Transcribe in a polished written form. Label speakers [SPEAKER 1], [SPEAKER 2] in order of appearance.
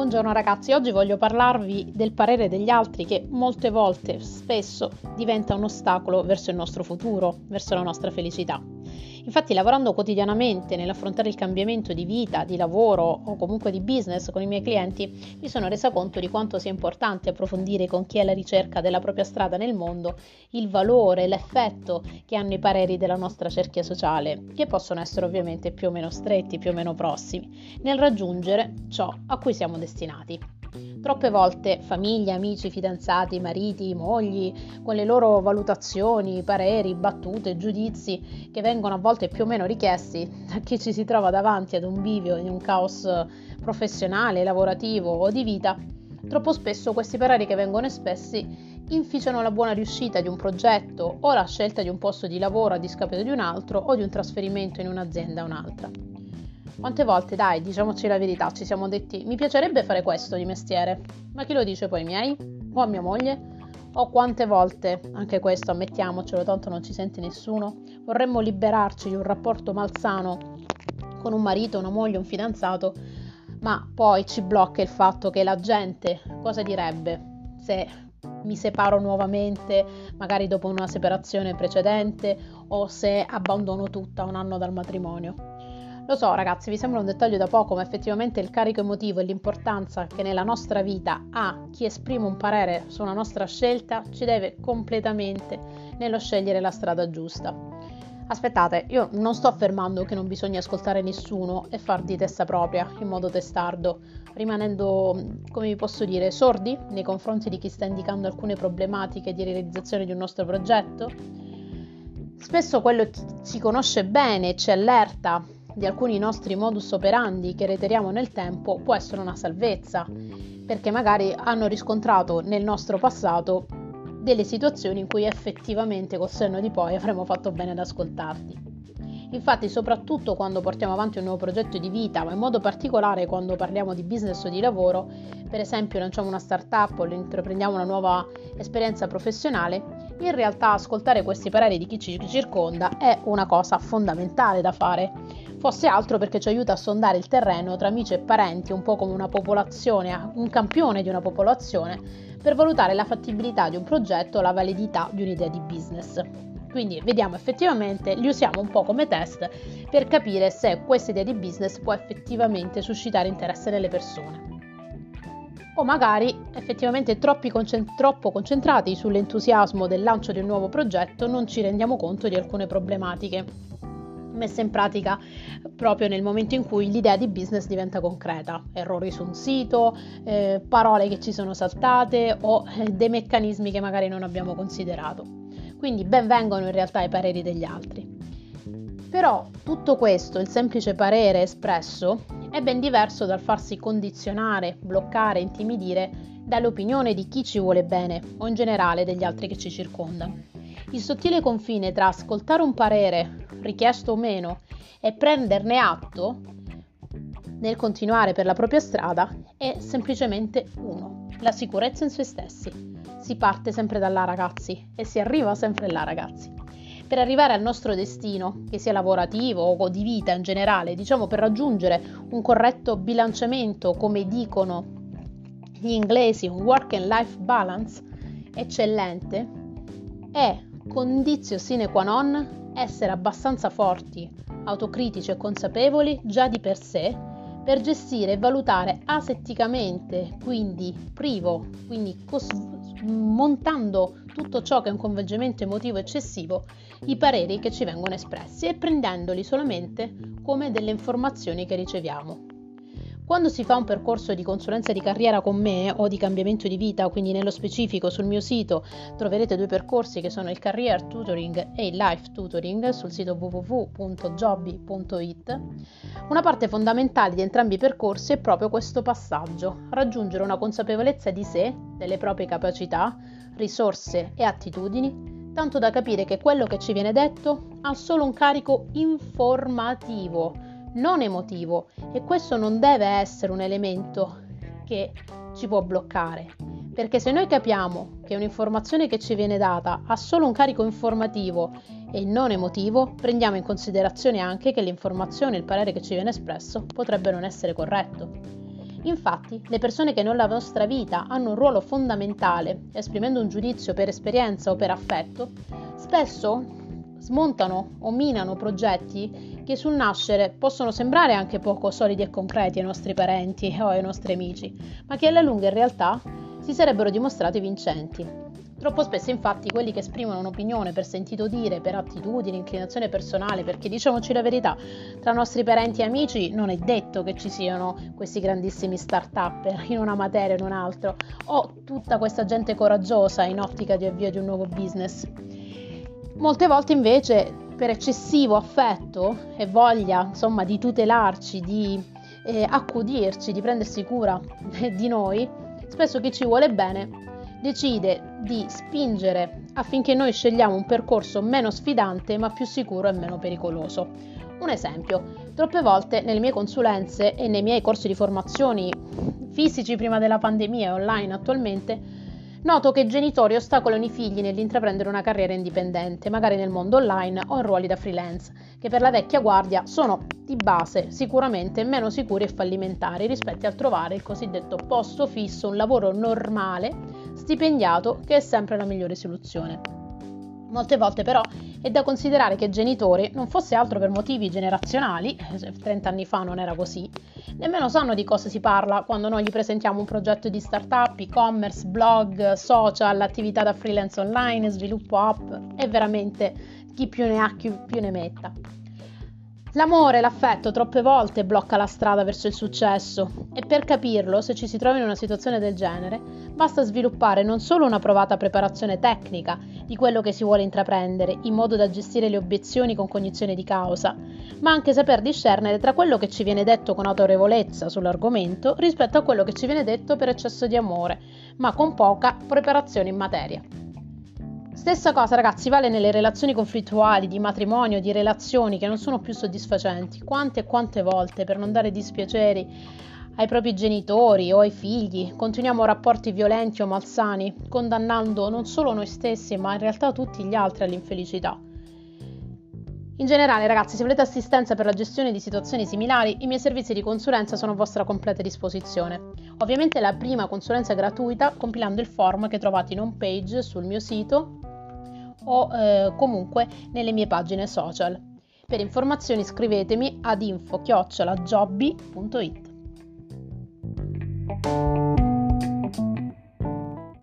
[SPEAKER 1] Buongiorno ragazzi, oggi voglio parlarvi del parere degli altri che molte volte, spesso, diventa un ostacolo verso il nostro futuro, verso la nostra felicità. Infatti, lavorando quotidianamente nell'affrontare il cambiamento di vita, di lavoro o comunque di business con i miei clienti, mi sono resa conto di quanto sia importante approfondire con chi è alla ricerca della propria strada nel mondo il valore, l'effetto che hanno i pareri della nostra cerchia sociale, che possono essere ovviamente più o meno stretti, più o meno prossimi, nel raggiungere ciò a cui siamo destinati. Troppe volte famiglie, amici, fidanzati, mariti, mogli, con le loro valutazioni, pareri, battute, giudizi che vengono a volte più o meno richiesti da chi ci si trova davanti ad un bivio in un caos professionale, lavorativo o di vita, troppo spesso questi pareri che vengono espressi inficiano la buona riuscita di un progetto o la scelta di un posto di lavoro a discapito di un altro o di un trasferimento in un'azienda a un'altra. Quante volte, dai, diciamoci la verità, ci siamo detti mi piacerebbe fare questo di mestiere, ma chi lo dice poi, i miei? O a mia moglie? O quante volte, anche questo ammettiamocelo, tanto non ci sente nessuno, vorremmo liberarci di un rapporto malsano con un marito, una moglie, un fidanzato, ma poi ci blocca il fatto che la gente cosa direbbe se mi separo nuovamente, magari dopo una separazione precedente, o se abbandono tutta un anno dal matrimonio. Lo so ragazzi, vi sembra un dettaglio da poco, ma effettivamente il carico emotivo e l'importanza che nella nostra vita ha chi esprime un parere su una nostra scelta ci deve completamente nello scegliere la strada giusta. Aspettate, io non sto affermando che non bisogna ascoltare nessuno e far di testa propria in modo testardo, rimanendo, come vi posso dire, sordi nei confronti di chi sta indicando alcune problematiche di realizzazione di un nostro progetto. Spesso quello che ci conosce bene e ci allerta di alcuni nostri modus operandi che reiteriamo nel tempo può essere una salvezza, perché magari hanno riscontrato nel nostro passato delle situazioni in cui effettivamente col senno di poi avremmo fatto bene ad ascoltarti. Infatti, soprattutto quando portiamo avanti un nuovo progetto di vita, ma in modo particolare quando parliamo di business o di lavoro, per esempio lanciamo una startup o intraprendiamo una nuova esperienza professionale, in realtà ascoltare questi pareri di chi ci circonda è una cosa fondamentale da fare. Fosse altro perché ci aiuta a sondare il terreno tra amici e parenti, un po' come una popolazione, un campione di una popolazione, per valutare la fattibilità di un progetto o la validità di un'idea di business. Quindi vediamo effettivamente, li usiamo un po' come test per capire se questa idea di business può effettivamente suscitare interesse nelle persone. O magari effettivamente troppo concentrati sull'entusiasmo del lancio di un nuovo progetto non ci rendiamo conto di alcune problematiche messe in pratica proprio nel momento in cui l'idea di business diventa concreta, errori su un sito, parole che ci sono saltate o dei meccanismi che magari non abbiamo considerato. Quindi ben vengano in realtà i pareri degli altri. Però tutto questo, il semplice parere espresso, è ben diverso dal farsi condizionare, bloccare, intimidire dall'opinione di chi ci vuole bene o in generale degli altri che ci circondano. Il sottile confine tra ascoltare un parere, richiesto o meno, e prenderne atto nel continuare per la propria strada è semplicemente uno: la sicurezza in se stessi. Si parte sempre da là ragazzi e si arriva sempre là ragazzi. Per arrivare al nostro destino, che sia lavorativo o di vita in generale, diciamo per raggiungere un corretto bilanciamento, come dicono gli inglesi, un work and life balance eccellente, è conditio sine qua non essere abbastanza forti, autocritici e consapevoli già di per sé per gestire e valutare asetticamente, quindi montando tutto ciò che è un coinvolgimento emotivo eccessivo, i pareri che ci vengono espressi e prendendoli solamente come delle informazioni che riceviamo. Quando si fa un percorso di consulenza di carriera con me o di cambiamento di vita, quindi nello specifico sul mio sito troverete due percorsi che sono il Career Tutoring e il Life Tutoring sul sito www.jobby.it, una parte fondamentale di entrambi i percorsi è proprio questo passaggio: raggiungere una consapevolezza di sé, delle proprie capacità, risorse e attitudini, tanto da capire che quello che ci viene detto ha solo un carico informativo, non emotivo, e questo non deve essere un elemento che ci può bloccare, perché se noi capiamo che un'informazione che ci viene data ha solo un carico informativo e non emotivo, prendiamo in considerazione anche che l'informazione e il parere che ci viene espresso potrebbe non essere corretto. Infatti, le persone che nella nostra vita hanno un ruolo fondamentale, esprimendo un giudizio per esperienza o per affetto, spesso smontano o minano progetti che sul nascere possono sembrare anche poco solidi e concreti ai nostri parenti o ai nostri amici, ma che alla lunga in realtà si sarebbero dimostrati vincenti. Troppo spesso infatti quelli che esprimono un'opinione per sentito dire, per attitudine, inclinazione personale, perché diciamoci la verità, tra nostri parenti e amici non è detto che ci siano questi grandissimi start-up in una materia o in un altro, o tutta questa gente coraggiosa in ottica di avvio di un nuovo business. Molte volte invece per eccessivo affetto e voglia insomma di tutelarci, di accudirci, di prendersi cura di noi, spesso chi ci vuole bene decide di spingere affinché noi scegliamo un percorso meno sfidante ma più sicuro e meno pericoloso. Un esempio, troppe volte nelle mie consulenze e nei miei corsi di formazioni fisici prima della pandemia e online attualmente, noto che i genitori ostacolano i figli nell'intraprendere una carriera indipendente, magari nel mondo online o in ruoli da freelance, che per la vecchia guardia sono di base sicuramente meno sicuri e fallimentari rispetto al trovare il cosiddetto posto fisso, un lavoro normale, stipendiato, che è sempre la migliore soluzione. Molte volte però è da considerare che i genitori, non fosse altro per motivi generazionali, 30 anni fa non era così, nemmeno sanno di cosa si parla quando noi gli presentiamo un progetto di startup, e-commerce, blog, social, attività da freelance online, sviluppo app e veramente chi più ne ha, chi più ne metta. L'amore, l'affetto troppe volte blocca la strada verso il successo e per capirlo, se ci si trova in una situazione del genere, basta sviluppare non solo una provata preparazione tecnica di quello che si vuole intraprendere, in modo da gestire le obiezioni con cognizione di causa, ma anche saper discernere tra quello che ci viene detto con autorevolezza sull'argomento rispetto a quello che ci viene detto per eccesso di amore, ma con poca preparazione in materia. Stessa cosa, ragazzi, vale nelle relazioni conflittuali, di matrimonio, di relazioni che non sono più soddisfacenti. Quante e quante volte, per non dare dispiaceri ai propri genitori o ai figli, continuiamo rapporti violenti o malsani, condannando non solo noi stessi, ma in realtà tutti gli altri all'infelicità. In generale, ragazzi, se volete assistenza per la gestione di situazioni similari, i miei servizi di consulenza sono a vostra completa disposizione. Ovviamente la prima consulenza è gratuita, compilando il form che trovate in home page sul mio sito o comunque nelle mie pagine social. Per informazioni scrivetemi ad info@jobby.it.